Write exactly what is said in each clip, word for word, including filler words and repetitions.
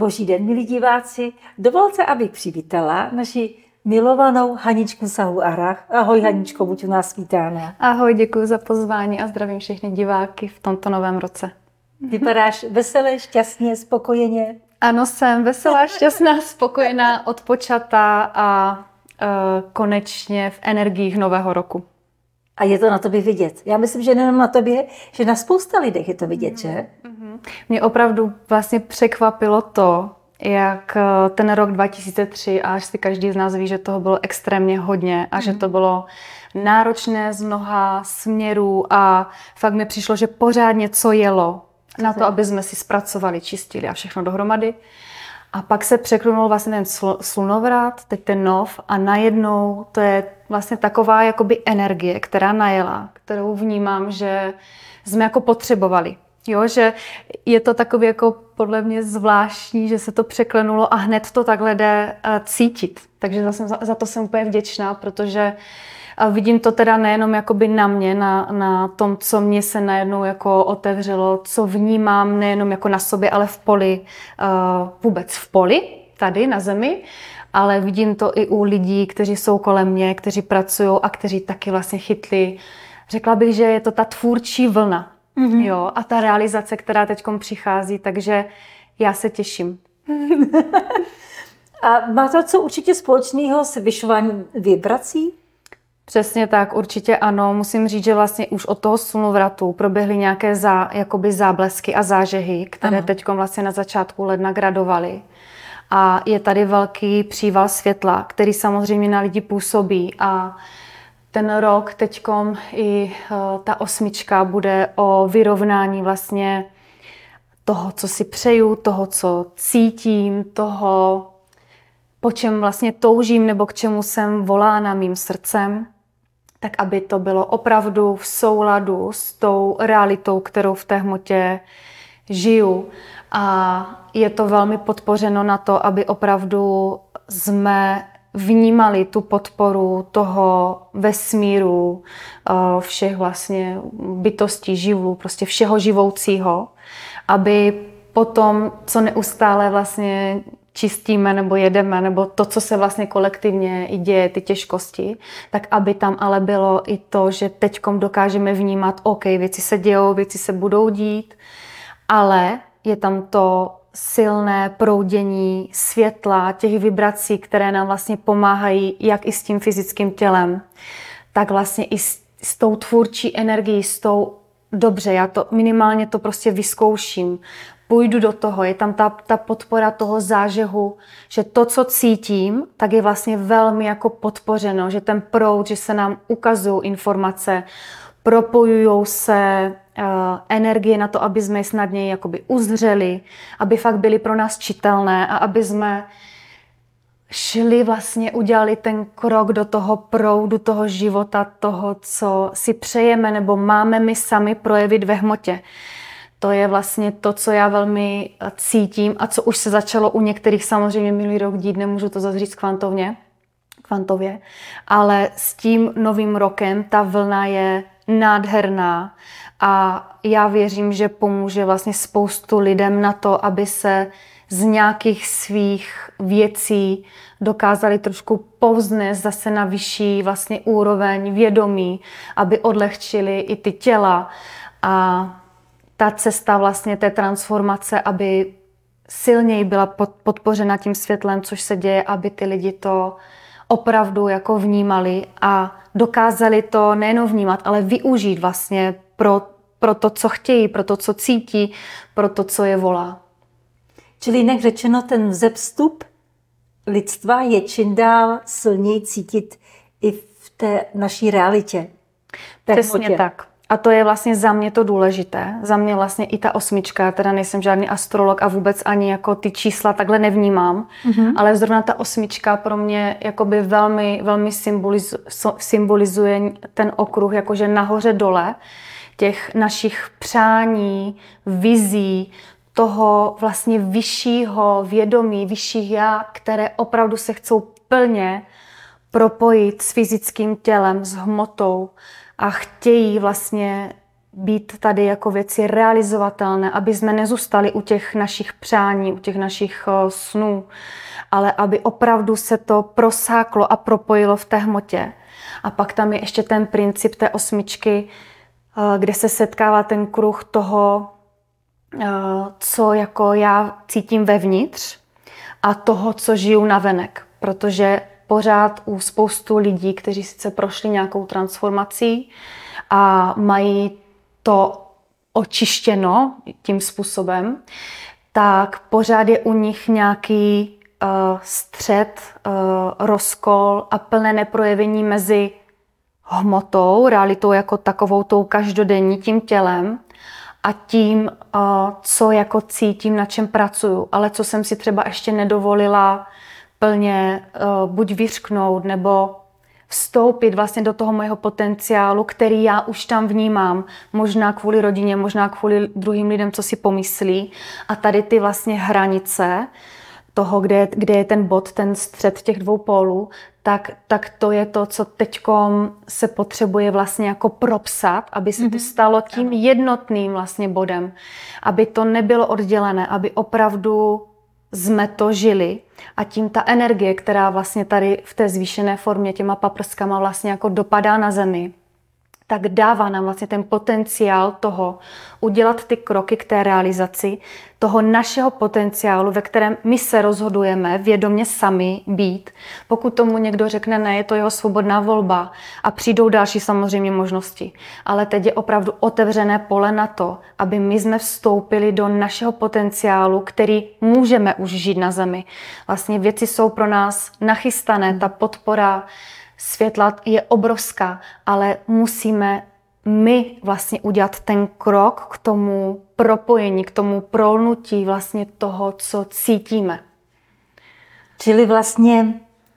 Boží den, milí diváci. Dovolte, abych přivítala naši milovanou Haničku Sahu-Arach. Ahoj Haničko, buď u nás vítána. Ahoj, děkuji za pozvání a zdravím všechny diváky v tomto novém roce. Vypadáš veselé, šťastně, spokojeně? Ano, jsem veselá, šťastná, spokojená, odpočatá a e, konečně v energiích nového roku. A je to na tobě vidět. Já myslím, že nejenom na tobě, že na spousta lidech je to vidět, že? Mm-hmm. Mě opravdu vlastně překvapilo to, jak ten rok dva tisíce tři, a až si každý z nás ví, že toho bylo extrémně hodně a mm-hmm. že to bylo náročné z mnoha směrů a fakt mi přišlo, že pořád něco jelo na to, aby jsme si zpracovali, čistili a všechno dohromady. A pak se překlunul vlastně ten sl- slunovrat, teď ten nov a najednou to je vlastně taková jakoby energie, která najela, kterou vnímám, že jsme jako potřebovali. Jo, že je to takový jako podle mě zvláštní, že se to překlenulo a hned to takhle jde cítit. Takže za, za to jsem úplně vděčná, protože vidím to teda nejenom jakoby na mě, na, na tom, co mě se najednou jako otevřelo, co vnímám nejenom jako na sobě, ale v poli, uh, vůbec v poli, tady na zemi, ale vidím to i u lidí, kteří jsou kolem mě, kteří pracují a kteří taky vlastně chytli. Řekla bych, že je to ta tvůrčí vlna, mm-hmm. jo, a ta realizace, která teďkom přichází, takže já se těším. A má to co určitě společného s vyšováním vibrací? Přesně tak, určitě ano. Musím říct, že vlastně už od toho slunovratu proběhly nějaké zá, jakoby záblesky a zážehy, které teď vlastně na začátku ledna gradovaly. A je tady velký příval světla, který samozřejmě na lidi působí. A ten rok teďkom i uh, ta osmička bude o vyrovnání vlastně toho, co si přeju, toho, co cítím, toho, po čem vlastně toužím nebo k čemu jsem volána mým srdcem, tak aby to bylo opravdu v souladu s tou realitou, kterou v té hmotě žiju. A je to velmi podpořeno na to, aby opravdu jsme vnímali tu podporu toho vesmíru, všech vlastně bytostí, živlů, prostě všeho živoucího, aby potom, co neustále vlastně čistíme nebo jedeme, nebo to, co se vlastně kolektivně i děje, ty těžkosti, tak aby tam ale bylo i to, že teďkom dokážeme vnímat, OK, věci se dějou, věci se budou dít, ale je tam to silné proudění světla, těch vibrací, které nám vlastně pomáhají jak i s tím fyzickým tělem, tak vlastně i s, s tou tvůrčí energií, s tou, dobře, já to minimálně to prostě vyzkouším, půjdu do toho, je tam ta, ta podpora toho zážehu, že to, co cítím, tak je vlastně velmi jako podpořeno, že ten proud, že se nám ukazují informace, propojují se uh, energie na to, aby jsme je snadněji jakoby uzřeli, aby fakt byly pro nás čitelné a aby jsme šli vlastně, udělali ten krok do toho proudu, toho života, toho, co si přejeme nebo máme my sami projevit ve hmotě. To je vlastně to, co já velmi cítím a co už se začalo u některých samozřejmě minulý rok dít, nemůžu to zase říct kvantovně, kvantově, ale s tím novým rokem ta vlna je nádherná a já věřím, že pomůže vlastně spoustu lidem na to, aby se z nějakých svých věcí dokázali trošku povznést zase na vyšší vlastně úroveň vědomí, aby odlehčili i ty těla a ta cesta vlastně té transformace, aby silněji byla podpořena tím světlem, což se děje, aby ty lidi to opravdu jako vnímali a dokázali to nejenom vnímat, ale využít vlastně pro, pro to, co chtějí, pro to, co cítí, pro to, co je volá. Čili jinak řečeno, ten vzestup lidstva je čím dál silněji cítit i v té naší realitě. Přesně tak. A to je vlastně za mě to důležité. Za mě vlastně i ta osmička, teda nejsem žádný astrolog a vůbec ani jako ty čísla takhle nevnímám, mm-hmm. ale zrovna ta osmička pro mě jakoby velmi, velmi symboliz, symbolizuje ten okruh jakože nahoře dole těch našich přání, vizí, toho vlastně vyššího vědomí, vyšších já, které opravdu se chcou plně propojit s fyzickým tělem, s hmotou a chtějí vlastně být tady jako věci realizovatelné, aby jsme nezůstali u těch našich přání, u těch našich snů, ale aby opravdu se to prosáklo a propojilo v té hmotě. A pak tam je ještě ten princip té osmičky, kde se setkává ten kruh toho, co jako já cítím vevnitř a toho, co žiju navenek. Protože pořád u spoustu lidí, kteří sice prošli nějakou transformací a mají to očištěno tím způsobem, tak pořád je u nich nějaký uh, střet, uh, rozkol a plné neprojevení mezi hmotou, realitou jako takovou, tou každodenní, tím tělem a tím, uh, co jako cítím, na čem pracuju, ale co jsem si třeba ještě nedovolila plně uh, buď vyřknout nebo vstoupit vlastně do toho mého potenciálu, který já už tam vnímám, možná kvůli rodině, možná kvůli druhým lidem, co si pomyslí. A tady ty vlastně hranice toho, kde je, kde je ten bod, ten střed těch dvou pólů, tak, tak to je to, co teďkom se potřebuje vlastně jako propsat, aby se to stalo tím jednotným vlastně bodem. Aby to nebylo oddělené, aby opravdu jsme to žili a tím ta energie, která vlastně tady v té zvýšené formě těma paprskama vlastně jako dopadá na zemi, tak dává nám vlastně ten potenciál toho udělat ty kroky k té realizaci toho našeho potenciálu, ve kterém my se rozhodujeme vědomě sami být. Pokud tomu někdo řekne ne, je to jeho svobodná volba a přijdou další samozřejmě možnosti. Ale teď je opravdu otevřené pole na to, aby my jsme vstoupili do našeho potenciálu, který můžeme už žít na zemi. Vlastně věci jsou pro nás nachystané, ta podpora světla je obrovská, ale musíme my vlastně udělat ten krok k tomu propojení, k tomu prolnutí vlastně toho, co cítíme. Čili vlastně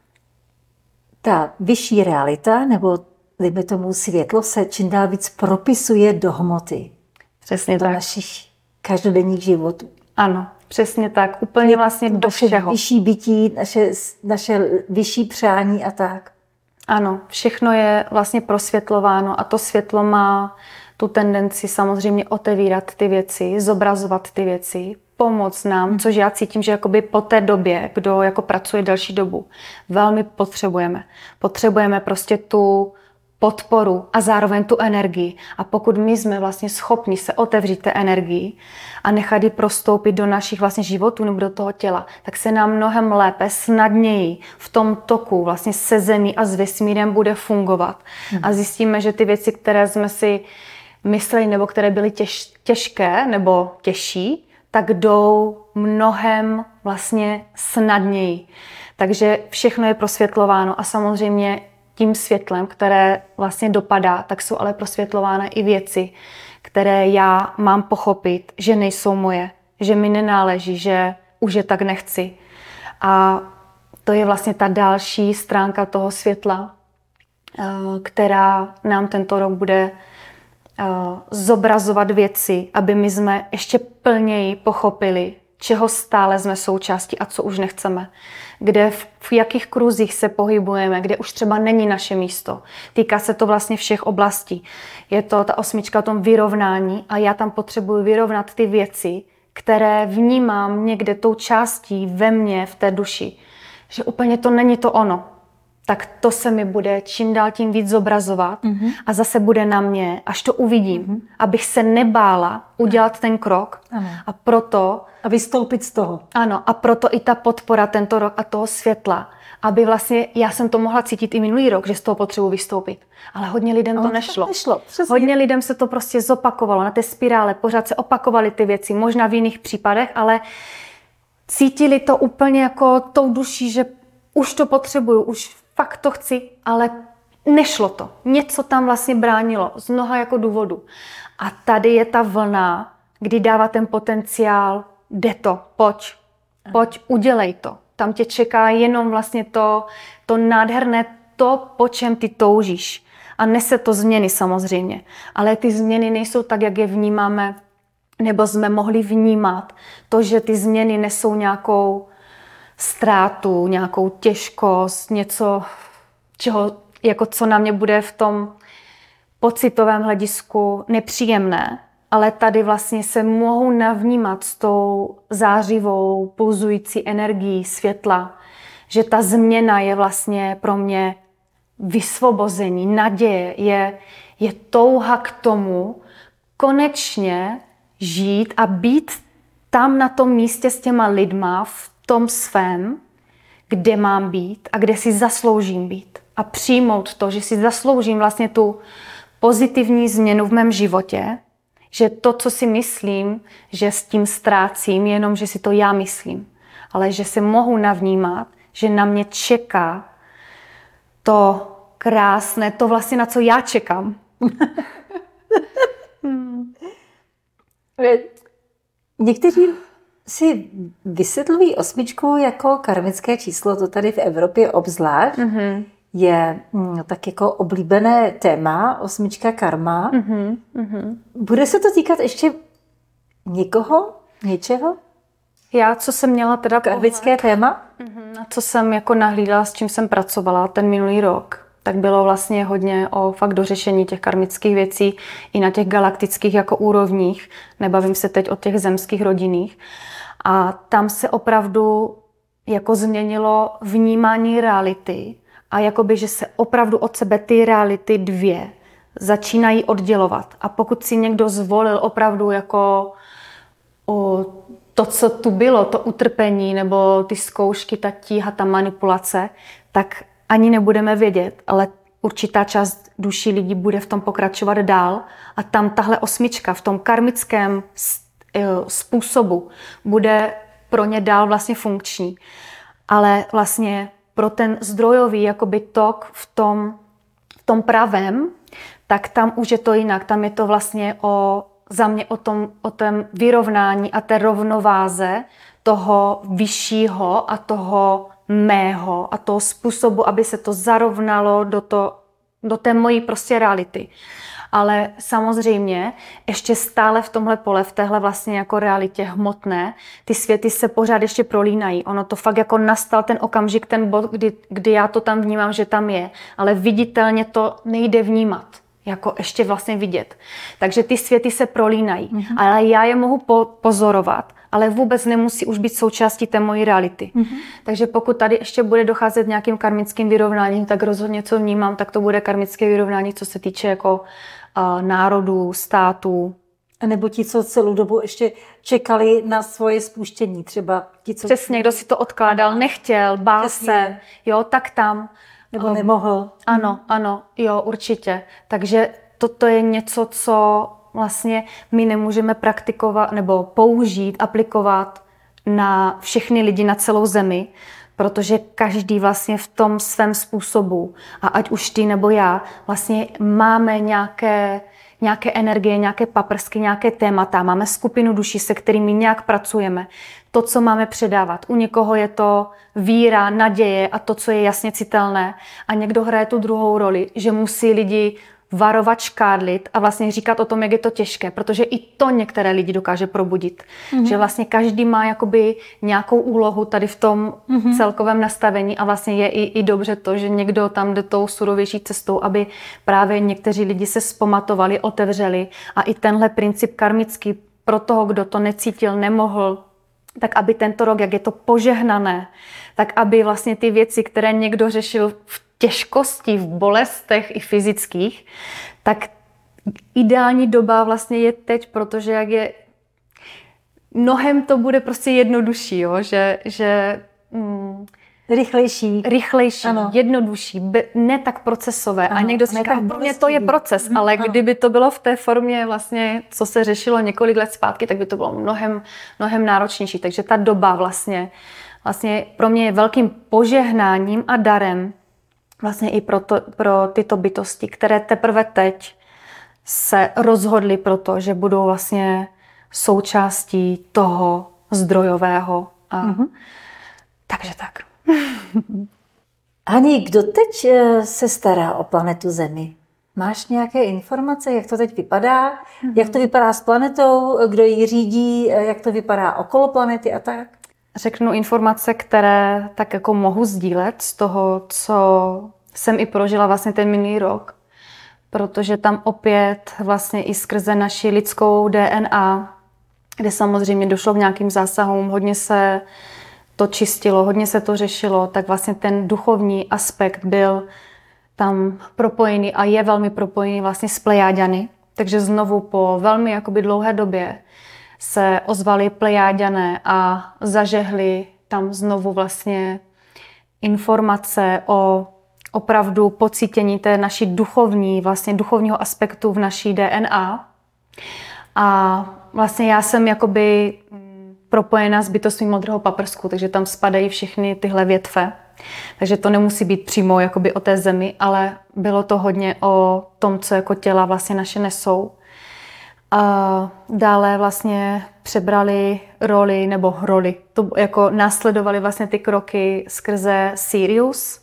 ta vyšší realita, nebo dejme tomu světlo, se čím dál víc propisuje do hmoty. Přesně do tak. našich každodenních životů. Ano, přesně tak. Úplně vlastně do naše všeho. vyšší bytí, naše, naše vyšší přání a tak. Ano, všechno je vlastně prosvětlováno a to světlo má tu tendenci samozřejmě otevírat ty věci, zobrazovat ty věci, pomoct nám, hmm. což já cítím, že jakoby po té době, kdo jako pracuje delší dobu, velmi potřebujeme. Potřebujeme prostě tu podporu a zároveň tu energii. A pokud my jsme vlastně schopni se otevřít té energii a nechat ji prostoupit do našich vlastně životů nebo do toho těla, tak se nám mnohem lépe, snadněji v tom toku vlastně se zemí a s vesmírem bude fungovat. Hmm. A zjistíme, že ty věci, které jsme si mysleli nebo které byly těž, těžké nebo těžší, tak jdou mnohem vlastně snadněji. Takže všechno je prosvětlováno a samozřejmě tím světlem, které vlastně dopadá, tak jsou ale prosvětlovány i věci, které já mám pochopit, že nejsou moje, že mi nenáleží, že už je tak nechci. A to je vlastně ta další stránka toho světla, která nám tento rok bude zobrazovat věci, aby my jsme ještě plněji pochopili, čeho stále jsme součástí a co už nechceme. Kde v, v jakých kruzích se pohybujeme, kde už třeba není naše místo. Týká se to vlastně všech oblastí. Je to ta osmička o tom vyrovnání a já tam potřebuji vyrovnat ty věci, které vnímám někde tou částí ve mně, v té duši. Že úplně to není to ono. Tak to se mi bude čím dál tím víc zobrazovat mm-hmm. a zase bude na mě, až to uvidím, mm-hmm. abych se nebála udělat ten krok ano. a proto... A vystoupit z toho. Ano, a proto i ta podpora tento rok a toho světla, aby vlastně, já jsem to mohla cítit i minulý rok, že z toho potřebuji vystoupit, ale hodně lidem to nešlo. nešlo hodně lidem se to prostě zopakovalo na té spirále, pořád se opakovaly ty věci, možná v jiných případech, ale cítili to úplně jako tou duší, že už to potřebuju, už fakt to chci, ale nešlo to. Něco tam vlastně bránilo z mnoha jako důvodů. A tady je ta vlna, kdy dává ten potenciál, jde to, pojď, pojď, udělej to. Tam tě čeká jenom vlastně to, to nádherné, to, po čem ty toužíš. A nese to změny samozřejmě. Ale ty změny nejsou tak, jak je vnímáme, nebo jsme mohli vnímat. To, že ty změny nesou nějakou ztrátu, nějakou těžkost, něco, čeho, jako co na mě bude v tom pocitovém hledisku nepříjemné, ale tady vlastně se mohou navnímat s tou zářivou, pulzující energií světla, že ta změna je vlastně pro mě vysvobození, naděje, je, je touha k tomu konečně žít a být tam na tom místě s těma lidma v tom svém, kde mám být a kde si zasloužím být. A přijmout to, že si zasloužím vlastně tu pozitivní změnu v mém životě, že to, co si myslím, že s tím ztrácím, je jenom, že si to já myslím. Ale že se mohu navnímat, že na mě čeká to krásné, to vlastně, na co já čekám. hmm. Někteří si vysvětlují osmičku jako karmické číslo, to tady v Evropě obzvlášť. Mm-hmm. Je mm, tak jako oblíbené téma, osmička karma. Mm-hmm. Mm-hmm. Bude se to týkat ještě někoho, něčeho? Já, co jsem měla teda karmické téma? Mm-hmm. A co jsem jako nahlídala, s čím jsem pracovala ten minulý rok, tak bylo vlastně hodně o fakt dořešení těch karmických věcí i na těch galaktických jako úrovních. Nebavím se teď o těch zemských rodinných. A tam se opravdu jako změnilo vnímání reality a jakoby, že se opravdu od sebe ty reality dvě začínají oddělovat. A pokud si někdo zvolil opravdu jako o to, co tu bylo, to utrpení nebo ty zkoušky, ta tíha, ta manipulace, tak ani nebudeme vědět, ale určitá část duší lidí bude v tom pokračovat dál a tam tahle osmička v tom karmickém způsobu bude pro ně dál vlastně funkční. Ale vlastně pro ten zdrojový jakoby tok v tom, v tom pravém, tak tam už je to jinak. Tam je to vlastně o, za mě o tom, o tom vyrovnání a té rovnováze toho vyššího a toho mého a toho způsobu, aby se to zarovnalo do, to, do té mojí prostě reality. Ale samozřejmě ještě stále v tomhle pole, v téhle vlastně jako realitě hmotné, ty světy se pořád ještě prolínají. Ono to fakt jako nastal ten okamžik, ten bod, kdy, kdy já to tam vnímám, že tam je. Ale viditelně to nejde vnímat. Jako ještě vlastně vidět. Takže ty světy se prolínají. Mm-hmm. Ale já je mohu po- pozorovat, ale vůbec nemusí už být součástí té mojí reality. Mm-hmm. Takže pokud tady ještě bude docházet nějakým karmickým vyrovnáním, tak rozhodně co vnímám, tak to bude karmické vyrovnání, co se týče jako uh, národů, států. A nebo ti, co celou dobu ještě čekali na svoje spuštění, třeba ti, co... Přesně, kdo si to odkládal, nechtěl, bál Přesně. se, jo, tak tam. Nebo nemohl. Ano, ano, jo, určitě. Takže toto je něco, co vlastně my nemůžeme praktikovat nebo použít, aplikovat na všechny lidi na celou zemi, protože každý vlastně v tom svém způsobu, a ať už ty nebo já, vlastně máme nějaké, nějaké energie, nějaké paprsky, nějaké témata, máme skupinu duší, se kterými nějak pracujeme. To, co máme předávat. U někoho je to víra, naděje a to, co je jasně citelné. A někdo hraje tu druhou roli, že musí lidi varovat, škádlit a vlastně říkat o tom, jak je to těžké, protože i to některé lidi dokáže probudit. Mm-hmm. Že vlastně každý má jakoby nějakou úlohu tady v tom mm-hmm. celkovém nastavení a vlastně je i, i dobře to, že někdo tam jde tou surovější cestou, aby právě někteří lidi se vzpamatovali, otevřeli a i tenhle princip karmický pro toho, kdo to necítil, nemohl, tak aby tento rok, jak je to požehnané, tak aby vlastně ty věci, které někdo řešil v těžkosti, v bolestech i fyzických, tak ideální doba vlastně je teď, protože jak je mnohem to bude prostě jednodušší, jo? že, že mm, rychlejší, rychlejší jednodušší, be, ne tak procesové. Ano, a někdo si říká, pro mě to je proces, mm, ale ano. kdyby to bylo v té formě vlastně, co se řešilo několik let zpátky, tak by to bylo mnohem, mnohem náročnější. Takže ta doba vlastně, vlastně pro mě je velkým požehnáním a darem vlastně i pro, to, pro tyto bytosti, které teprve teď se rozhodly pro to, že budou vlastně součástí toho zdrojového. A mm-hmm. Takže tak. Hani, kdo teď se stará o planetu Zemi? Máš nějaké informace, jak to teď vypadá? Mm-hmm. Jak to vypadá s planetou? Kdo ji řídí? Jak to vypadá okolo planety a tak? Řeknu informace, které tak jako mohu sdílet z toho, co jsem i prožila vlastně ten minulý rok. protože tam opět vlastně i skrze naši lidskou D N A, kde samozřejmě došlo k nějakým zásahům, hodně se to čistilo, hodně se to řešilo, tak vlastně ten duchovní aspekt byl tam propojený a je velmi propojený vlastně s Plejáďany. Takže znovu po velmi jakoby dlouhé době se ozvali Plejáďané a zažehli tam znovu vlastně informace o opravdu pocítění té naší duchovní, vlastně duchovního aspektu v naší D N A. A vlastně já jsem jakoby propojena s bytostmi modrého paprsku, takže tam spadají všechny tyhle větve. Takže to nemusí být přímo jakoby o té zemi, ale bylo to hodně o tom, co jako těla vlastně naše nesou. A dále vlastně přebrali roli, nebo roli, to jako následovali vlastně ty kroky skrze Sirius,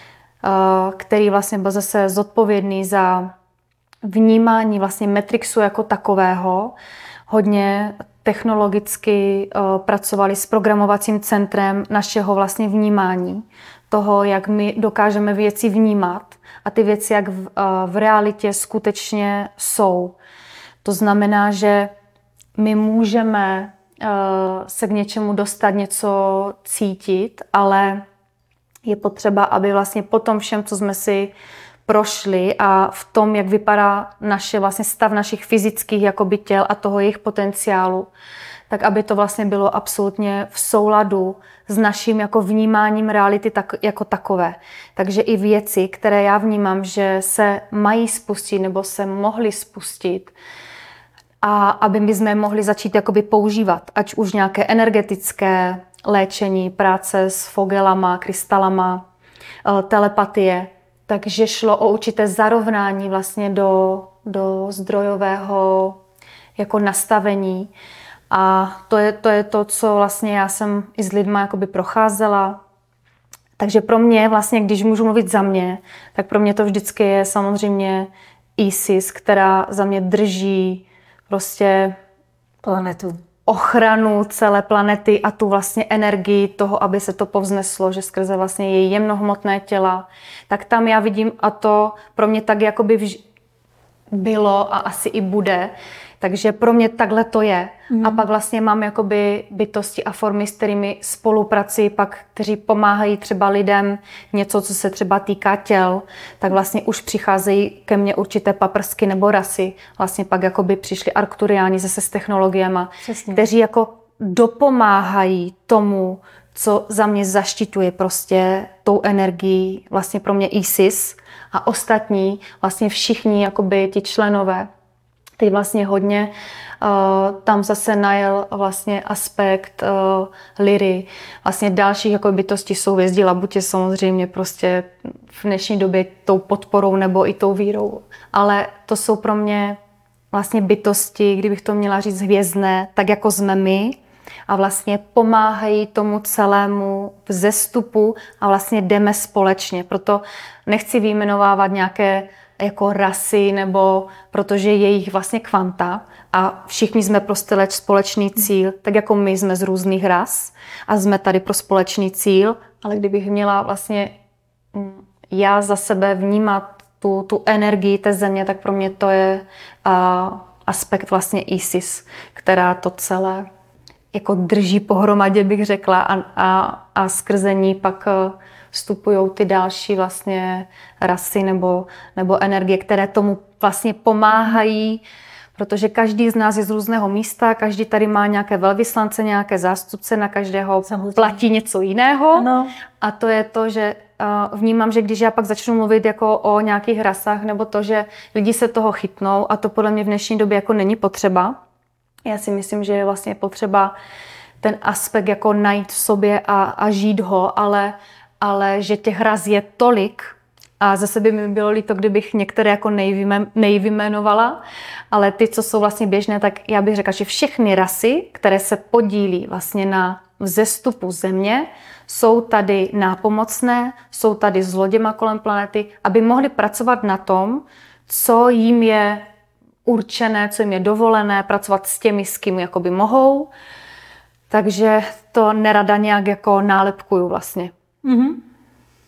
který vlastně byl zase zodpovědný za vnímání vlastně Matrixu jako takového. Hodně technologicky pracovali s programovacím centrem našeho vlastně vnímání, toho, jak my dokážeme věci vnímat a ty věci, jak v, v realitě skutečně jsou. To znamená, že my můžeme uh, se k něčemu dostat, něco cítit, ale je potřeba, aby vlastně po tom všem, co jsme si prošli a v tom, jak vypadá naše vlastně stav našich fyzických jakoby těl a toho jejich potenciálu, tak aby to vlastně bylo absolutně v souladu s naším jako vnímáním reality tak, jako takové. Takže i věci, které já vnímám, že se mají spustit nebo se mohly spustit, a aby my jsme mohli začít jakoby používat, ať už nějaké energetické léčení, práce s fogelama, krystalama, telepatie, takže šlo o určité zarovnání vlastně do, do zdrojového jako nastavení. A to je, to je to, co vlastně já jsem i s lidma jakoby procházela. Takže pro mě vlastně, když můžu mluvit za mě, tak pro mě to vždycky je samozřejmě Isis, která za mě drží prostě planetu. Ochranu celé planety a tu vlastně energii toho, aby se to povzneslo, že skrze vlastně její jemnohmotné těla, tak tam já vidím a to pro mě tak jakoby vž- bylo a asi i bude. Takže pro mě takhle to je. Mm. A pak vlastně mám jakoby bytosti a formy, s kterými spolupracuji, pak, kteří pomáhají třeba lidem něco, co se třeba týká těl, tak vlastně už přicházejí ke mně určité paprsky nebo rasy. Vlastně pak jakoby přišli arkturiáni zase s technologiemi, kteří jako dopomáhají tomu, co za mě zaštiťuje prostě tou energií, vlastně pro mě Isis a ostatní, vlastně všichni jakoby ti členové. Teď vlastně hodně uh, tam zase najel vlastně aspekt uh, Lyry. Vlastně dalších jako bytostí souhvězdí Labutě samozřejmě prostě v dnešní době tou podporou nebo i tou vírou. Ale to jsou pro mě vlastně bytosti, kdybych to měla říct hvězdné, tak jako jsme my a vlastně pomáhají tomu celému vzestupu a vlastně jdeme společně. Proto nechci vyjmenovávat nějaké jako rasy, nebo protože je jich vlastně kvanta a všichni jsme prostě společný cíl, tak jako my jsme z různých ras a jsme tady pro společný cíl, ale kdybych měla vlastně já za sebe vnímat tu, tu energii té země, tak pro mě to je uh, aspekt vlastně Isis, která to celé jako drží pohromadě, bych řekla, a, a, a skrze ní pak uh, vstupují ty další vlastně rasy nebo, nebo energie, které tomu vlastně pomáhají, protože každý z nás je z různého místa, každý tady má nějaké velvyslance, nějaké zástupce, na každého samozřejmě platí něco jiného. Ano. A to je to, že uh, vnímám, že když já pak začnu mluvit jako o nějakých rasách, nebo to, že lidi se toho chytnou a to podle mě v dnešní době jako není potřeba. Já si myslím, že je vlastně potřeba ten aspekt jako najít v sobě a, a žít ho, ale ale že těch ras je tolik a zase by mi bylo líto, kdybych některé jako nejvyjmenovala, ale ty, co jsou vlastně běžné, tak já bych řekla, že všechny rasy, které se podílí vlastně na vzestupu země, jsou tady nápomocné, jsou tady s loděma kolem planety, aby mohly pracovat na tom, co jim je určené, co jim je dovolené, pracovat s těmi, s kým jakoby mohou. Takže to nerada nějak jako nálepkuju vlastně. Mm-hmm.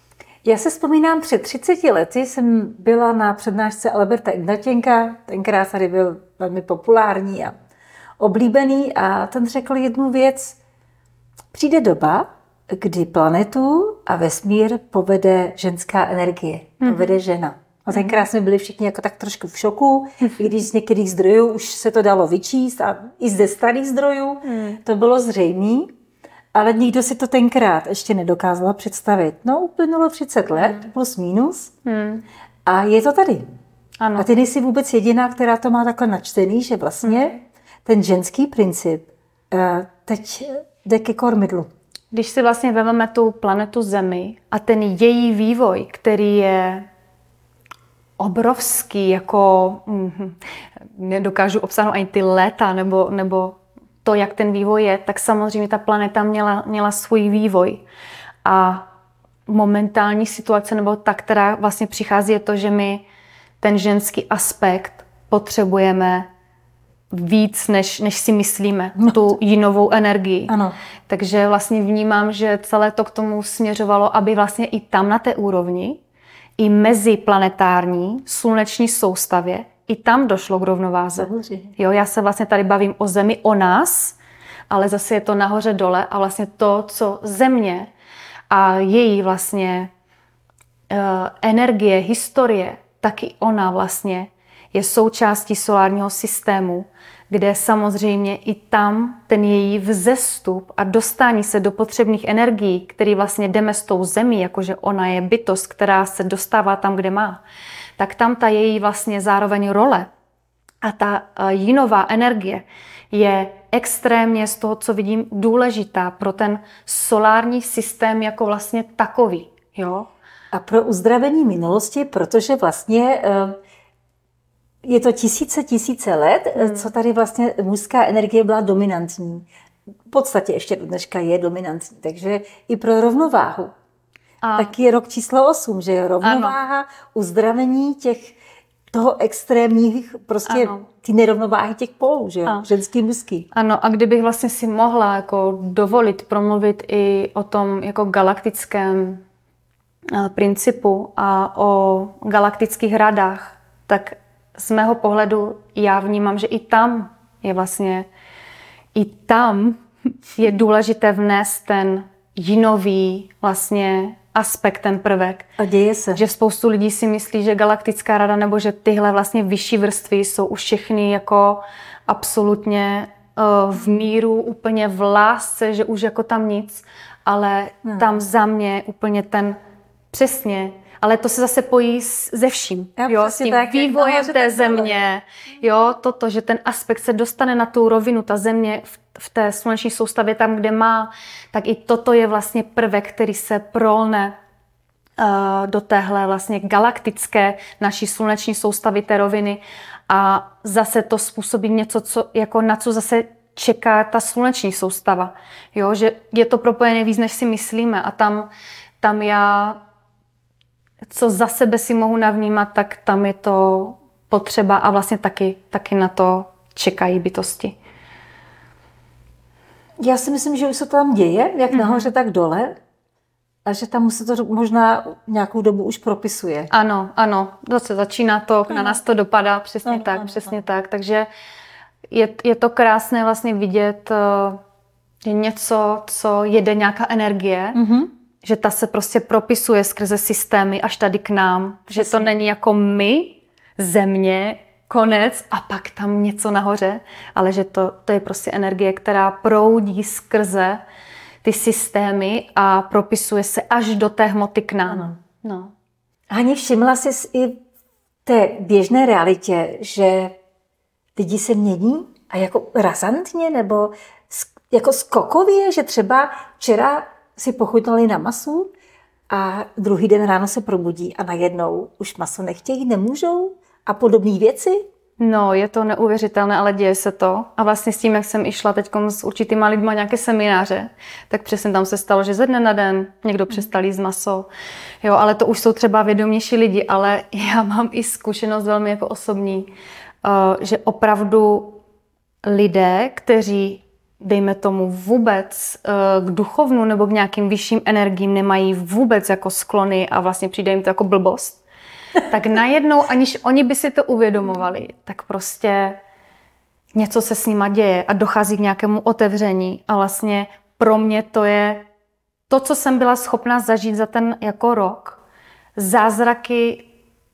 Já se vzpomínám, před třiceti lety jsem byla na přednášce Alberta Ignatěnka, tenkrát tady byl velmi populární a oblíbený a ten řekl jednu věc. Přijde doba, kdy planetu a vesmír povede ženská energie, povede žena. A tenkrát jsme byli všichni jako tak trošku v šoku, i když z některých zdrojů už se to dalo vyčíst a i ze starých zdrojů to bylo zřejmé, ale nikdo si to tenkrát ještě nedokázala představit. No, uplynulo třicet let, plus minus, a je to tady. Ano. A ty nejsi vůbec jediná, která to má takhle načtený, že vlastně ten ženský princip teď jde ke kormidlu. Když si vlastně vezmeme tu planetu Zemi a ten její vývoj, který je obrovský, jako mm, nedokážu obsáhnout ani ty léta, nebo, nebo to, jak ten vývoj je, tak samozřejmě ta planeta měla, měla svůj vývoj. A momentální situace, nebo ta, která vlastně přichází, je to, že my ten ženský aspekt potřebujeme víc, než, než si myslíme, no. Tu jinovou energii. Ano. Takže vlastně vnímám, že celé to k tomu směřovalo, aby vlastně i tam na té úrovni, i mezi planetární sluneční soustavě, i tam došlo k rovnováze. Jo, já se vlastně tady bavím o Zemi, o nás, ale zase je to nahoře dole a vlastně to, co Země a její vlastně uh, energie, historie, taky ona vlastně je součástí solárního systému, kde samozřejmě i tam ten její vzestup a dostání se do potřebných energií, který vlastně jdeme s tou Zemí, jakože ona je bytost, která se dostává tam, kde má, tak tam ta její vlastně zároveň role a ta jinová energie je extrémně z toho, co vidím, důležitá pro ten solární systém jako vlastně takový. Jo? A pro uzdravení minulosti, protože vlastně je to tisíce, tisíce let, hmm. co tady vlastně mužská energie byla dominantní. V podstatě ještě do dneška je dominantní, takže i pro rovnováhu. A. Taky je rok číslo osm, že je rovnováha, ano. Uzdravení těch, toho extrémních, prostě ano. Ty nerovnováhy těch polů, že jo, ženský, mužský. Ano, a kdybych vlastně si mohla jako dovolit promluvit i o tom jako galaktickém principu a o galaktických radách, tak z mého pohledu já vnímám, že i tam je vlastně, i tam je důležité vnést ten jinový vlastně aspekt, ten prvek. A děje se. Že spoustu lidí si myslí, že galaktická rada nebo že tyhle vlastně vyšší vrstvy jsou už všechny jako absolutně uh, v míru, úplně v lásce, že už jako tam nic, ale hmm. tam za mě úplně ten přesně. Ale to se zase pojí se vším, já jo, s tím tak, vývojem no, té země, jo, toto, že ten aspekt se dostane na tu rovinu, ta země v, v té sluneční soustavě tam, kde má, tak i toto je vlastně prvek, který se prolne uh, do téhle vlastně galaktické naší sluneční soustavy té roviny a zase to způsobí něco, co, jako na co zase čeká ta sluneční soustava, jo, že je to propojené víc, než si myslíme a tam, tam já co za sebe si mohu navnímat, tak tam je to potřeba a vlastně taky, taky na to čekají bytosti. Já si myslím, že už se to tam děje, jak mm-hmm. nahoře, tak dole. A že tam se to možná nějakou dobu už propisuje. Ano, ano. Zase začíná to, ano. Na nás to dopadá, přesně ano, tak, ano, přesně ano. tak. Takže je, je to krásné vlastně vidět, že něco, co jede nějaká energie, mm-hmm. že ta se prostě propisuje skrze systémy až tady k nám. Přesně. Že to není jako my, země, konec a pak tam něco nahoře, ale že to, to je prostě energie, která proudí skrze ty systémy a propisuje se až do té hmoty k nám. Ano. No. Hani, všimla jsi i v té běžné realitě, že lidi se mění a jako razantně nebo jako skokově, že třeba včera si pochutnali na masu a druhý den ráno se probudí a najednou už maso nechtějí, nemůžou a podobné věci? No, je to neuvěřitelné, ale děje se to. A vlastně s tím, jak jsem išla teď s určitýma lidma nějaké semináře, tak přesně tam se stalo, že ze dne na den někdo přestal jíst maso. Jo, ale to už jsou třeba vědomější lidi, ale já mám i zkušenost velmi jako osobní, že opravdu lidé, kteří dejme tomu, vůbec k duchovnu nebo k nějakým vyšším energiím nemají vůbec jako sklony a vlastně přijde jim to jako blbost, tak najednou, aniž oni by si to uvědomovali, tak prostě něco se s nima děje a dochází k nějakému otevření. A vlastně pro mě to je to, co jsem byla schopná zažít za ten jako rok. Zázraky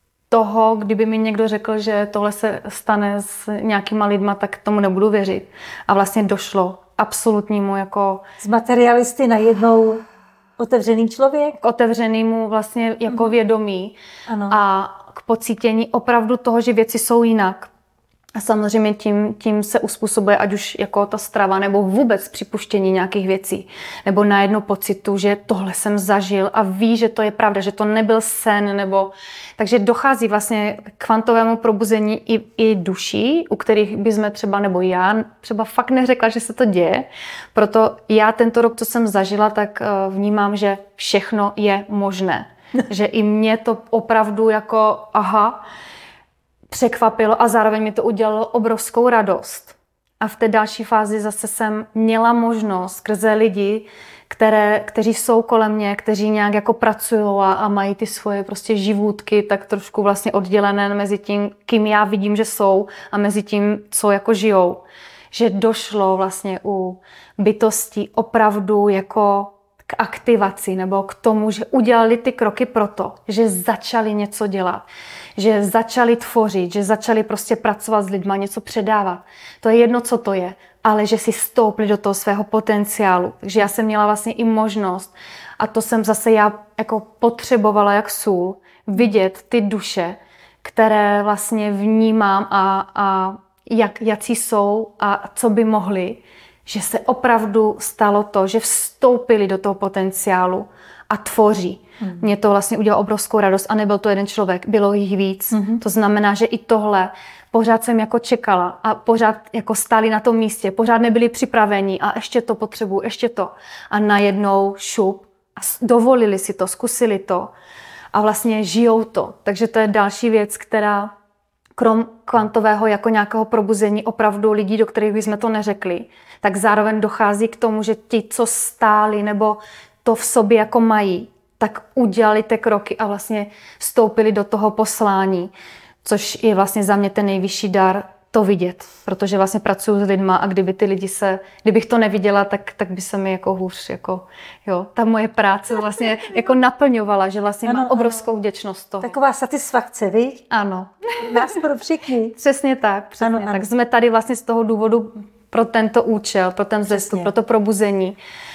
toho, kdyby mi někdo řekl, že tohle se stane s nějakýma lidma, tak tomu nebudu věřit. A vlastně došlo absolutnímu jako... Z materialisty najednou otevřený člověk? K otevřenému vlastně jako mm. vědomí. Ano. A k pocítění opravdu toho, že věci jsou jinak. A samozřejmě tím, tím se uspůsobuje ať už jako ta strava nebo vůbec připuštění nějakých věcí. Nebo najednou pocitu, že tohle jsem zažil a ví, že to je pravda, že to nebyl sen. Nebo... Takže dochází vlastně k kvantovému probuzení i, i duší, u kterých bychom třeba, nebo já třeba fakt neřekla, že se to děje. Proto já tento rok, co jsem zažila, tak vnímám, že všechno je možné. Že i mě to opravdu jako aha, překvapilo a zároveň mi to udělalo obrovskou radost. A v té další fázi zase jsem měla možnost skrze lidi, které, kteří jsou kolem mě, kteří nějak jako pracují a, a mají ty svoje prostě živůtky tak trošku vlastně oddělené mezi tím, kým já vidím, že jsou a mezi tím, co jako žijou. Že došlo vlastně u bytostí opravdu jako k aktivaci nebo k tomu, že udělali ty kroky proto, že začali něco dělat, že začali tvořit, že začali prostě pracovat s lidma, něco předávat. To je jedno, co to je, ale že si stoupli do toho svého potenciálu. Takže já jsem měla vlastně i možnost, a to jsem zase já jako potřebovala jak sůl, vidět ty duše, které vlastně vnímám a, a jak, jací jsou a co by mohli, že se opravdu stalo to, že vstoupili do toho potenciálu a tvoří. Mm. Mě to vlastně udělalo obrovskou radost a nebyl to jeden člověk, bylo jich víc. Mm-hmm. To znamená, že i tohle pořád jsem jako čekala a pořád jako stáli na tom místě, pořád nebyli připraveni a ještě to potřebuju, ještě to. A najednou šup a dovolili si to, zkusili to a vlastně žijou to. Takže to je další věc, která krom kvantového jako nějakého probuzení opravdu lidí, do kterých bychom to neřekli, tak zároveň dochází k tomu, že ti, co stáli nebo to v sobě jako mají, tak udělali ty kroky a vlastně vstoupili do toho poslání, což je vlastně za mě ten nejvyšší dar to vidět, protože vlastně pracuji s lidma a kdyby ty lidi se, kdybych to neviděla, tak, tak by se mi jako hůř, jako, jo, ta moje práce vlastně jako naplňovala, že vlastně ano, mám obrovskou ano. vděčnost toho. Taková satisfakce, viď? Ano. Nás pro všechny. Přesně tak, přesně ano, tak. Ano. Jsme tady vlastně z toho důvodu pro tento účel, pro ten vzestup, pro to probuzení.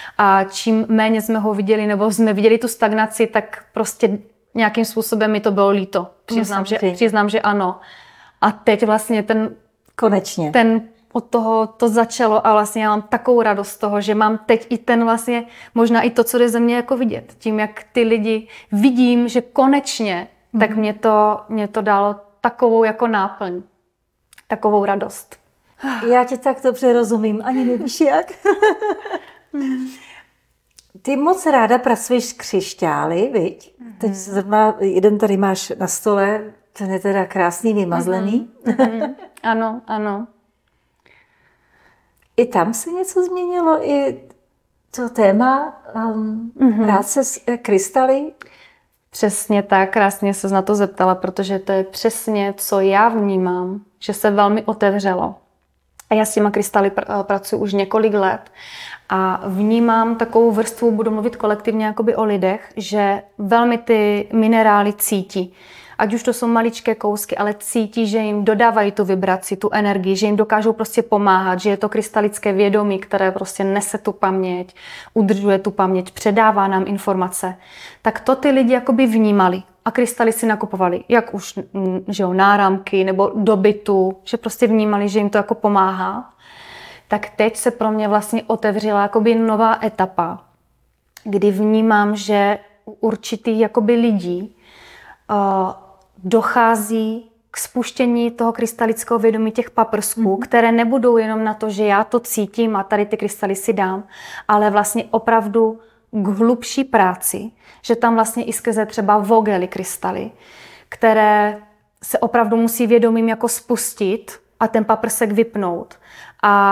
A čím méně jsme ho viděli, nebo jsme viděli tu stagnaci, tak prostě nějakým způsobem mi to bylo líto. Přiznám, no, že, přiznám že ano. A teď vlastně ten... Konečně. Ten od toho to začalo a vlastně já mám takovou radost z toho, že mám teď i ten vlastně, možná i to, co jde ze mě jako vidět. Tím, jak ty lidi vidím, že konečně, mm. tak mě to, mě to dalo takovou jako náplň. Takovou radost. Já tě tak dobře rozumím, ani nevíš jak. Ty moc ráda pracuješ s křišťály, viď? Mm-hmm. Teď zrovna jeden tady máš na stole, ten je teda krásný, vymazlený. Mm-hmm. Ano, ano. I tam se něco změnilo? I to téma um, mm-hmm. práce s krystaly? Přesně tak, krásně se na to zeptala, protože to je přesně, co já vnímám, že se velmi otevřelo. A já s těma krystaly pr- pracuji už několik let a vnímám takovou vrstvu, budu mluvit kolektivně jakoby o lidech, že velmi ty minerály cítí. Ať už to jsou maličké kousky, ale cítí, že jim dodávají tu vibraci, tu energii, že jim dokážou prostě pomáhat, že je to krystalické vědomí, které prostě nese tu paměť, udržuje tu paměť, předává nám informace. Tak to ty lidi jakoby vnímali a krystaly si nakupovali, jak už že jo, náramky nebo do bytu, že prostě vnímali, že jim to jako pomáhá. Tak teď se pro mě vlastně otevřela jakoby nová etapa, kdy vnímám, že u určitých jakoby lidí uh, dochází k spuštění toho krystalického vědomí těch paprsků, mm-hmm. které nebudou jenom na to, že já to cítím a tady ty krystaly si dám, ale vlastně opravdu k hlubší práci, že tam vlastně i skrze třeba vogely krystaly, které se opravdu musí vědomím jako spustit a ten paprsek vypnout. A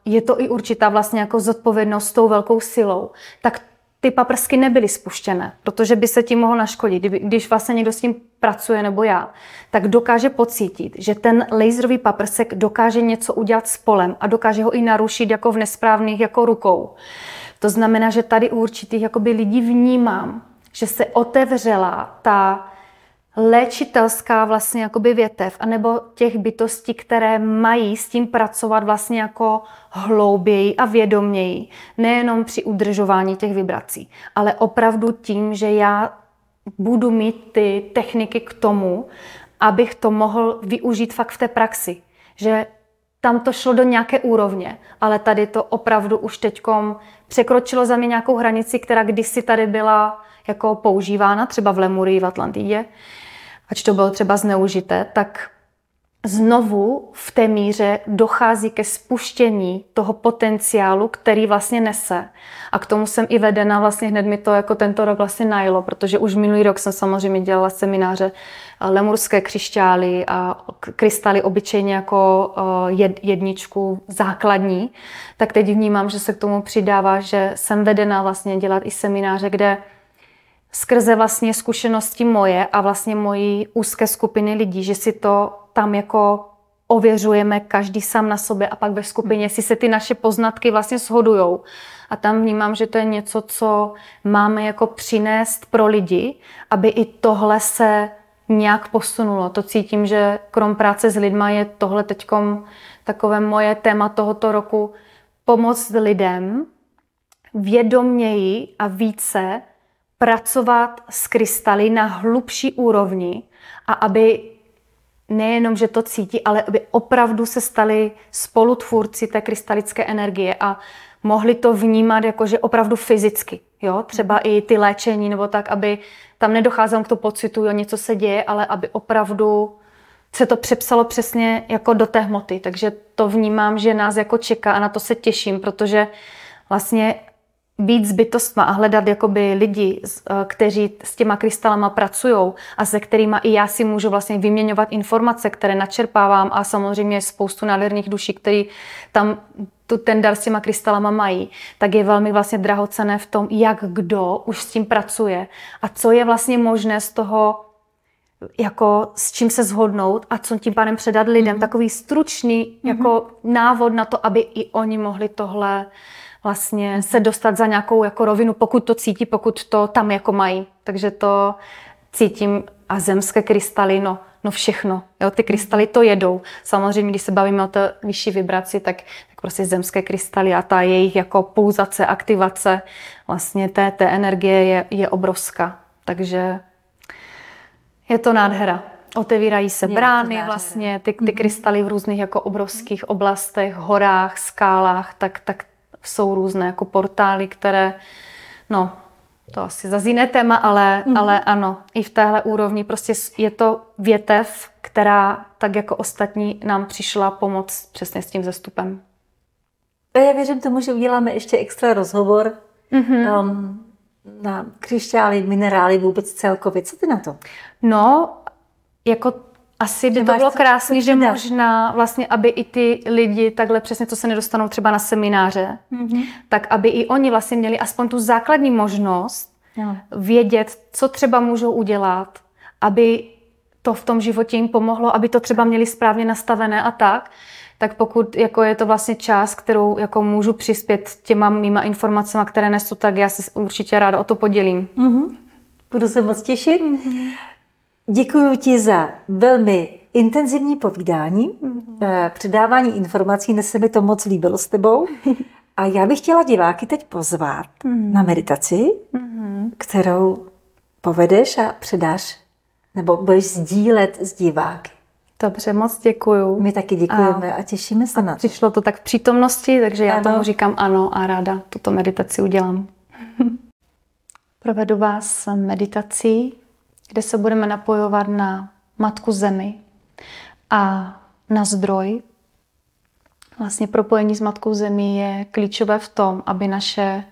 je to i určitá vlastně jako zodpovědnost s tou velkou silou, tak ty paprsky nebyly spuštěné, protože by se tím mohl naškodit. Když vlastně někdo s tím pracuje nebo já, tak dokáže pocítit, že ten laserový paprsek dokáže něco udělat s polem a dokáže ho i narušit jako v nesprávných jako rukou. To znamená, že tady u určitých jakoby lidí vnímám, že se otevřela ta léčitelská vlastně jakoby větev, anebo těch bytostí, které mají s tím pracovat vlastně jako hlouběji a vědoměji. Nejenom při udržování těch vibrací, ale opravdu tím, že já budu mít ty techniky k tomu, abych to mohl využít fakt v té praxi. Že tam to šlo do nějaké úrovně, ale tady to opravdu už teďkom překročilo za mě nějakou hranici, která kdysi tady byla jako používána, třeba v Lemurii, v Atlantidě, ač to bylo třeba zneužité, tak znovu v té míře dochází ke spuštění toho potenciálu, který vlastně nese. A k tomu jsem i vedena, vlastně hned mi to jako tento rok vlastně najelo, protože už minulý rok jsem samozřejmě dělala semináře lemurské křišťály a krystaly obyčejně jako jedničku základní. Tak teď vnímám, že se k tomu přidává, že jsem vedena vlastně dělat i semináře, kde skrze vlastně zkušenosti moje a vlastně mojí úzké skupiny lidí, že si to tam jako ověřujeme každý sám na sobě a pak ve skupině si se ty naše poznatky vlastně shodujou. A tam vnímám, že to je něco, co máme jako přinést pro lidi, aby i tohle se nějak posunulo. To cítím, že krom práce s lidma je tohle teďkom takové moje téma tohoto roku, pomoct lidem vědoměji a více pracovat s krystaly na hlubší úrovni a aby nejenom, že to cítí, ale aby opravdu se stali spolutvůrci té krystalické energie a mohli to vnímat jakože opravdu fyzicky. Jo? Třeba i ty léčení nebo tak, aby tam nedocházelo k tomu pocitu, jo, něco se děje, ale aby opravdu se to přepsalo přesně jako do té hmoty. Takže to vnímám, že nás jako čeká a na to se těším, protože vlastně být s bytostma a hledat jakoby lidi, kteří s těma krystalama pracují a se kterými i já si můžu vlastně vyměňovat informace, které načerpávám a samozřejmě spoustu nádherných duší, který tam tu ten dar s těma krystalama mají, tak je velmi vlastně drahocenné v tom, jak kdo už s tím pracuje a co je vlastně možné z toho, jako s čím se shodnout a co tím pádem předat lidem. Mm-hmm. Takový stručný mm-hmm. jako návod na to, aby i oni mohli tohle vlastně se dostat za nějakou jako rovinu, pokud to cítí, pokud to tam jako mají. Takže to cítím a zemské krystaly, no, no všechno. Jo, ty krystaly to jedou. Samozřejmě, když se bavíme o té vyšší vibraci, tak, tak prostě zemské krystaly a ta jejich jako pulzace, aktivace vlastně té, té energie je, je obrovská. Takže je to nádhera. Otevírají se je brány vlastně, ty, ty krystaly v různých jako obrovských oblastech, horách, skálách, tak, tak jsou různé jako portály, které, no, to asi zase jiné téma, ale, mm. ale ano, i v téhle úrovni prostě je to větev, která tak jako ostatní nám přišla pomoct přesně s tím zestupem. A já věřím tomu, že uděláme ještě extra rozhovor mm-hmm. um, na křišťály, minerály vůbec celkově. Co ty na to? No, jako asi by to bylo krásné, že možná vlastně, aby i ty lidi takhle přesně, co se nedostanou třeba na semináře, mm-hmm. tak aby i oni vlastně měli aspoň tu základní možnost no. vědět, co třeba můžou udělat, aby to v tom životě jim pomohlo, aby to třeba měli správně nastavené a tak. Tak pokud jako je to vlastně část, kterou jako můžu přispět těma mýma informacemi, které nesu, tak já se určitě ráda o to podělím. Mm-hmm. Budu se moc těšit. Mm-hmm. Děkuji ti za velmi intenzivní povídání, mm-hmm. předávání informací, dnes se mi to moc líbilo s tebou. A já bych chtěla diváky teď pozvat mm-hmm. na meditaci, mm-hmm. kterou povedeš a předáš, nebo budeš sdílet s diváky. Dobře, moc děkuju. My taky děkujeme a, a těšíme se a na to. Přišlo to tak v přítomnosti, takže já ano. tomu říkám ano a ráda tuto meditaci udělám. Provedu vás meditací, kde se budeme napojovat na Matku Zemi a na zdroj. Vlastně propojení s Matkou Zemí je klíčové v tom, aby naše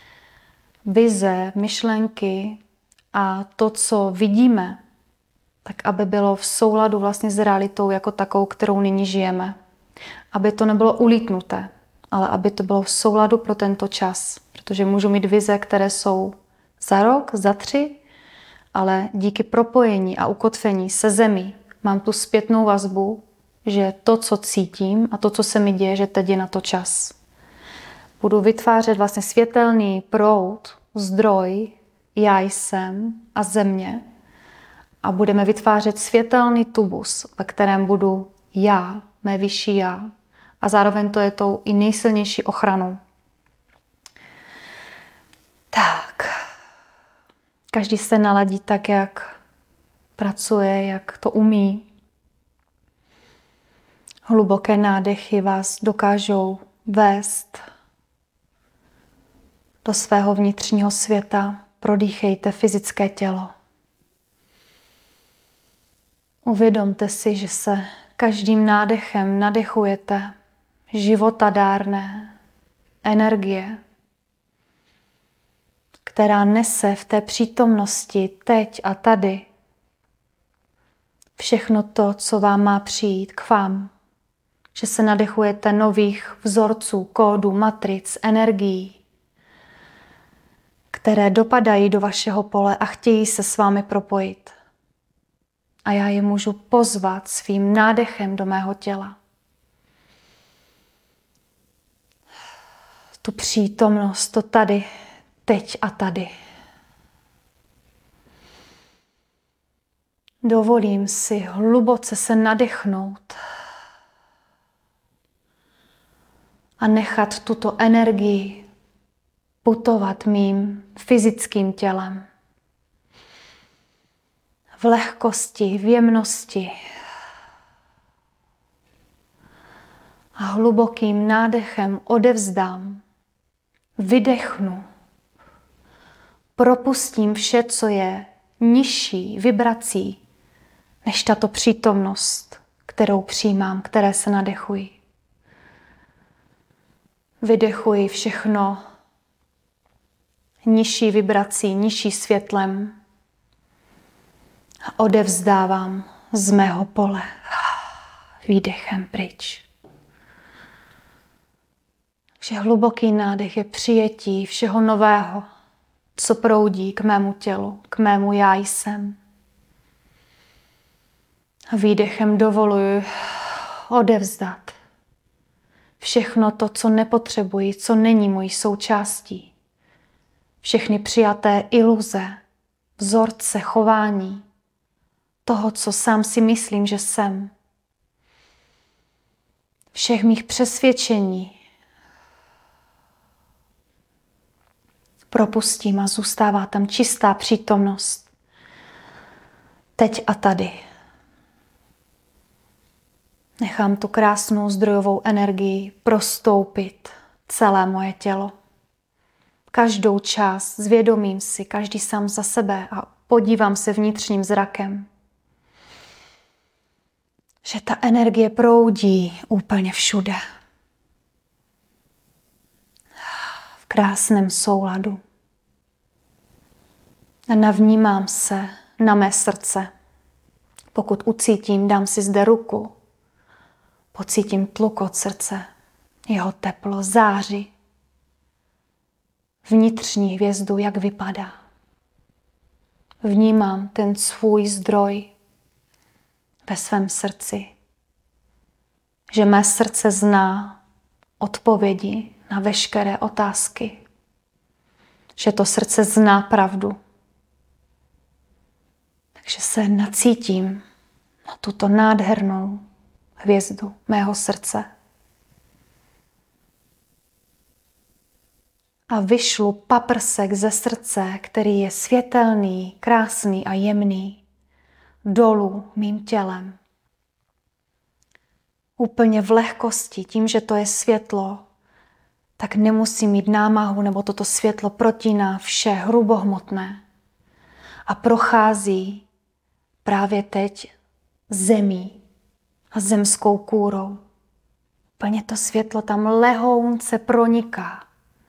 vize, myšlenky a to, co vidíme, tak aby bylo v souladu vlastně s realitou jako takovou, kterou nyní žijeme. Aby to nebylo ulítnuté. ale aby to bylo v souladu pro tento čas. Protože můžu mít vize, které jsou za rok, za tři, ale díky propojení a ukotvení se zemí mám tu zpětnou vazbu, že to, co cítím a to, co se mi děje, že teď je na to čas. Budu vytvářet vlastně světelný proud, zdroj, já jsem a země a budeme vytvářet světelný tubus, ve kterém budu já, mé vyšší já a zároveň to je tou i nejsilnější ochranou. Tak. Každý se naladí tak, jak pracuje, jak to umí. Hluboké nádechy vás dokážou vést do svého vnitřního světa. Prodýchejte fyzické tělo. Uvědomte si, že se každým nádechem nadechujete životadárné energie, která nese v té přítomnosti teď a tady všechno to, co vám má přijít k vám. Že se nadechujete nových vzorců, kódů, matric, energií, které dopadají do vašeho pole a chtějí se s vámi propojit. A já je můžu pozvat svým nádechem do mého těla. Tu přítomnost, to tady, teď a tady. Dovolím si hluboce se nadechnout a nechat tuto energii putovat mým fyzickým tělem. V lehkosti, v jemnosti a hlubokým nádechem odevzdám, vydechnu, propustím vše, co je nižší vibrací než tato přítomnost, kterou přijímám, které se nadechuji. Vydechuji všechno nižší vibrací, nižší světlem a odevzdávám z mého pole výdechem pryč. Že hluboký nádech je přijetí všeho nového, co proudí k mému tělu, k mému já jsem. A výdechem dovoluji odevzdat všechno to, co nepotřebuji, co není mojí součástí. Všechny přijaté iluze, vzorce, chování, toho, co sám si myslím, že jsem. Všech mých přesvědčení propustím a zůstává tam čistá přítomnost. Teď a tady. Nechám tu krásnou zdrojovou energii prostoupit celé moje tělo. Každou část zvědomím si, každý sám za sebe a podívám se vnitřním zrakem. Že ta energie proudí úplně všude. V krásném souladu. A navnímám se na mé srdce. Pokud ucítím, dám si zde ruku. Pocítím tlukot srdce, jeho teplo, záři. Vnitřní hvězdu, jak vypadá. Vnímám ten svůj zdroj ve svém srdci. Že mé srdce zná odpovědi na veškeré otázky. Že to srdce zná pravdu. Takže se nacítím na tuto nádhernou hvězdu mého srdce. A vyšlu paprsek ze srdce, který je světelný, krásný a jemný, dolů mým tělem. Úplně v lehkosti, tím, že to je světlo, tak nemusím mít námahu, nebo toto světlo protíná vše hrubohmotné a prochází právě teď zemí a zemskou kůrou. Úplně to světlo tam lehounce proniká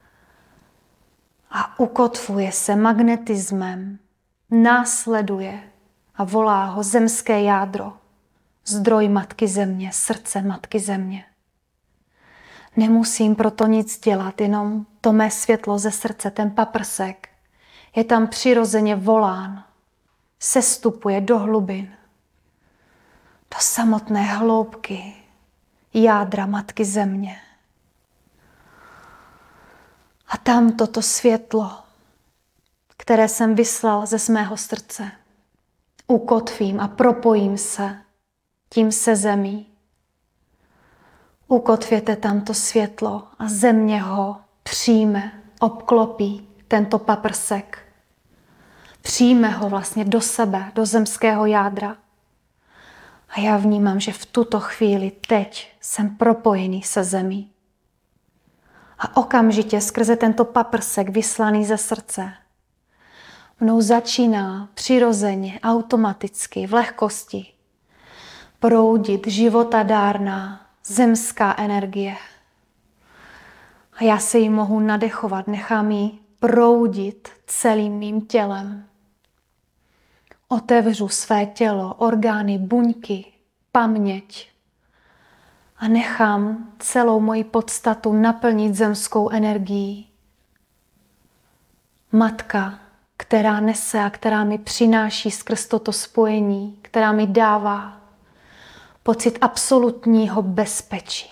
a ukotvuje se magnetismem, následuje a volá ho zemské jádro, zdroj Matky Země, srdce Matky Země. Nemusím proto nic dělat, jenom to mé světlo ze srdce, ten paprsek, je tam přirozeně volán, sestupuje do hlubin, do samotné hloubky jádra Matky Země. A tam toto světlo, které jsem vyslal ze svého srdce, ukotvím a propojím se tím se zemí. Ukotvěte tam to světlo a země ho přijme, obklopí tento paprsek. Přijme ho vlastně do sebe, do zemského jádra. A já vnímám, že v tuto chvíli teď jsem propojený se zemí. A okamžitě skrze tento paprsek vyslaný ze srdce mnou začíná přirozeně, automaticky, v lehkosti proudit životadárná zemská energie. A já se jí mohu nadechovat, nechám jí proudit celým mým tělem. Otevřu své tělo, orgány, buňky, paměť a nechám celou moji podstatu naplnit zemskou energií. Matka, která nese a která mi přináší skrz toto spojení, která mi dává pocit absolutního bezpečí.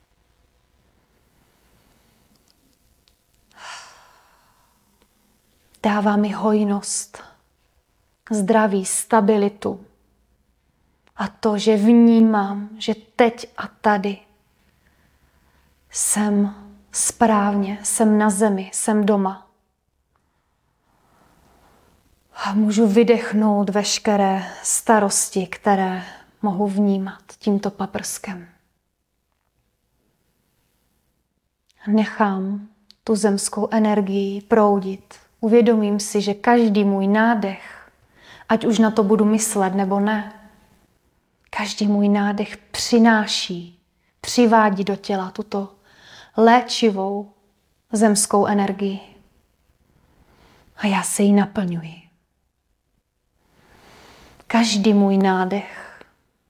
Dává mi hojnost, zdraví, stabilitu a to, že vnímám, že teď a tady jsem správně, jsem na zemi, jsem doma. A můžu vydechnout veškeré starosti, které mohu vnímat tímto paprskem. Nechám tu zemskou energii proudit. Uvědomím si, že každý můj nádech, ať už na to budu myslet nebo ne, každý můj nádech přináší, přivádí do těla tuto léčivou zemskou energii. A já se jí naplňuji. Každý můj nádech.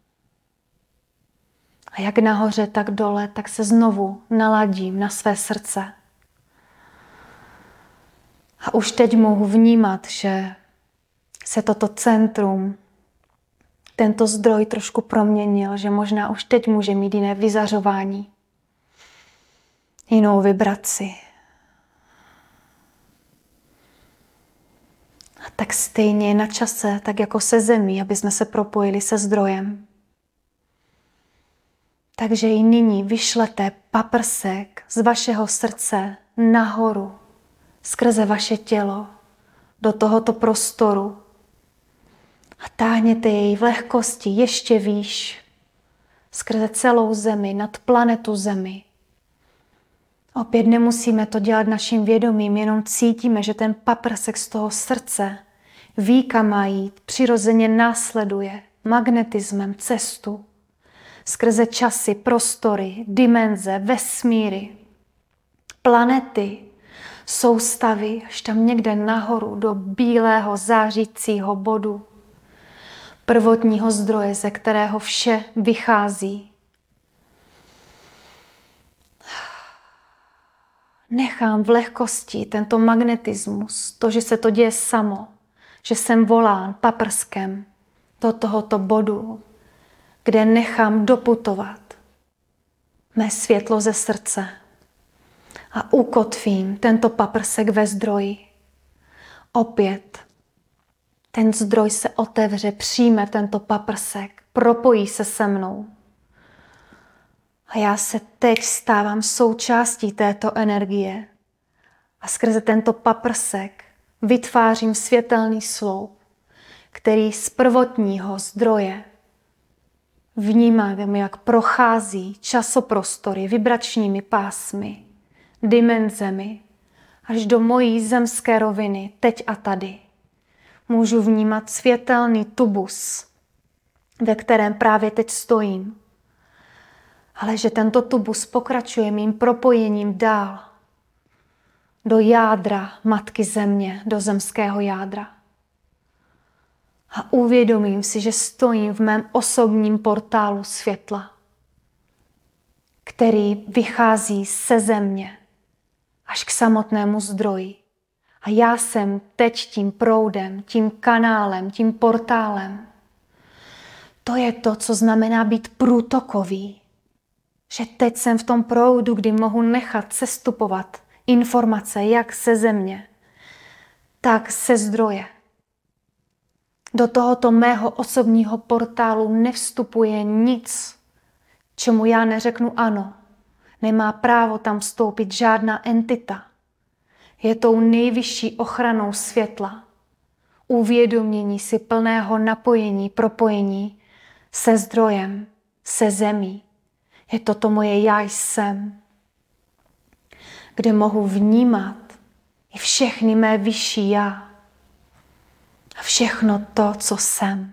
A jak nahoře, tak dole, tak se znovu naladím na své srdce. A už teď mohu vnímat, že se toto centrum, tento zdroj trošku proměnil, že možná už teď může mít jiné vyzařování, jinou vibraci. A tak stejně je na čase, tak jako se zemí, aby jsme se propojili se zdrojem. Takže i nyní vyšlete paprsek z vašeho srdce nahoru, skrze vaše tělo, do tohoto prostoru. A táhněte jej v lehkosti ještě výš, skrze celou zemi, nad planetu Zemi. Opět nemusíme to dělat naším vědomím, jenom cítíme, že ten paprsek z toho srdce ví, kam má jít, přirozeně následuje magnetismem cestu, skrze časy, prostory, dimenze, vesmíry, planety, soustavy, až tam někde nahoru do bílého zářícího bodu, prvotního zdroje, ze kterého vše vychází. Nechám v lehkosti tento magnetismus, to, že se to děje samo, že jsem volán paprskem do tohoto bodu, kde nechám doputovat mé světlo ze srdce a ukotvím tento paprsek ve zdroji. Opět ten zdroj se otevře, přijme tento paprsek, propojí se se mnou. A já se teď stávám součástí této energie a skrze tento paprsek vytvářím světelný sloup, který z prvotního zdroje vnímám, jak prochází časoprostory, vibračními pásmy, dimenzemi, až do mojí zemské roviny, teď a tady. Můžu vnímat světelný tubus, ve kterém právě teď stojím. Ale že tento tubus pokračuje mým propojením dál do jádra Matky Země, do zemského jádra. A uvědomím si, že stojím v mém osobním portálu světla. který vychází ze země až k samotnému zdroji. A já jsem teď tím proudem, tím kanálem, tím portálem. To je to, co znamená být průtokový. Že teď jsem v tom proudu, kdy mohu nechat sestupovat informace jak ze země, tak ze zdroje. Do tohoto mého osobního portálu nevstupuje nic, čemu já neřeknu ano. Nemá právo tam vstoupit žádná entita. Je tou nejvyšší ochranou světla. Uvědomění si plného napojení, propojení se zdrojem, se zemí. Je to to moje já jsem, kde mohu vnímat i všechny mé vyšší já a všechno to, co jsem.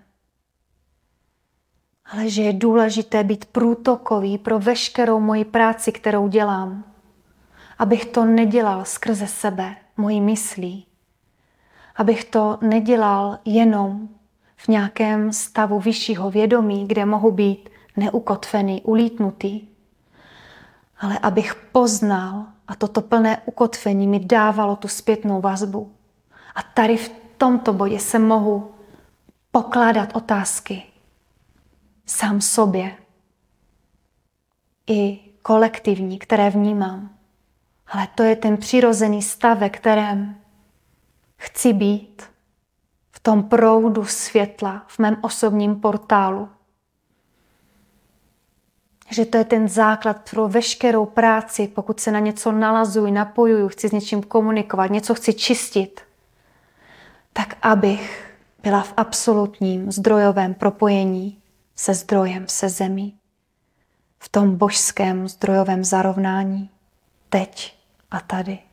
Ale že je důležité být průtokový pro veškerou moji práci, kterou dělám, abych to nedělal skrze sebe, mojí myslí, abych to nedělal jenom v nějakém stavu vyššího vědomí, kde mohu být neukotvený, ulítnutý, ale abych poznal a toto plné ukotvení mi dávalo tu zpětnou vazbu. A tady v tomto bodě se mohu pokládat otázky sám sobě i kolektivní, které vnímám. Ale to je ten přirozený stav, ve kterém chci být v tom proudu světla, v mém osobním portálu. Že to je ten základ pro veškerou práci, pokud se na něco nalazuji, napojuju, chci s něčím komunikovat, něco chci čistit, tak abych byla v absolutním zdrojovém propojení se zdrojem, se zemí, v tom božském zdrojovém zarovnání, teď a tady.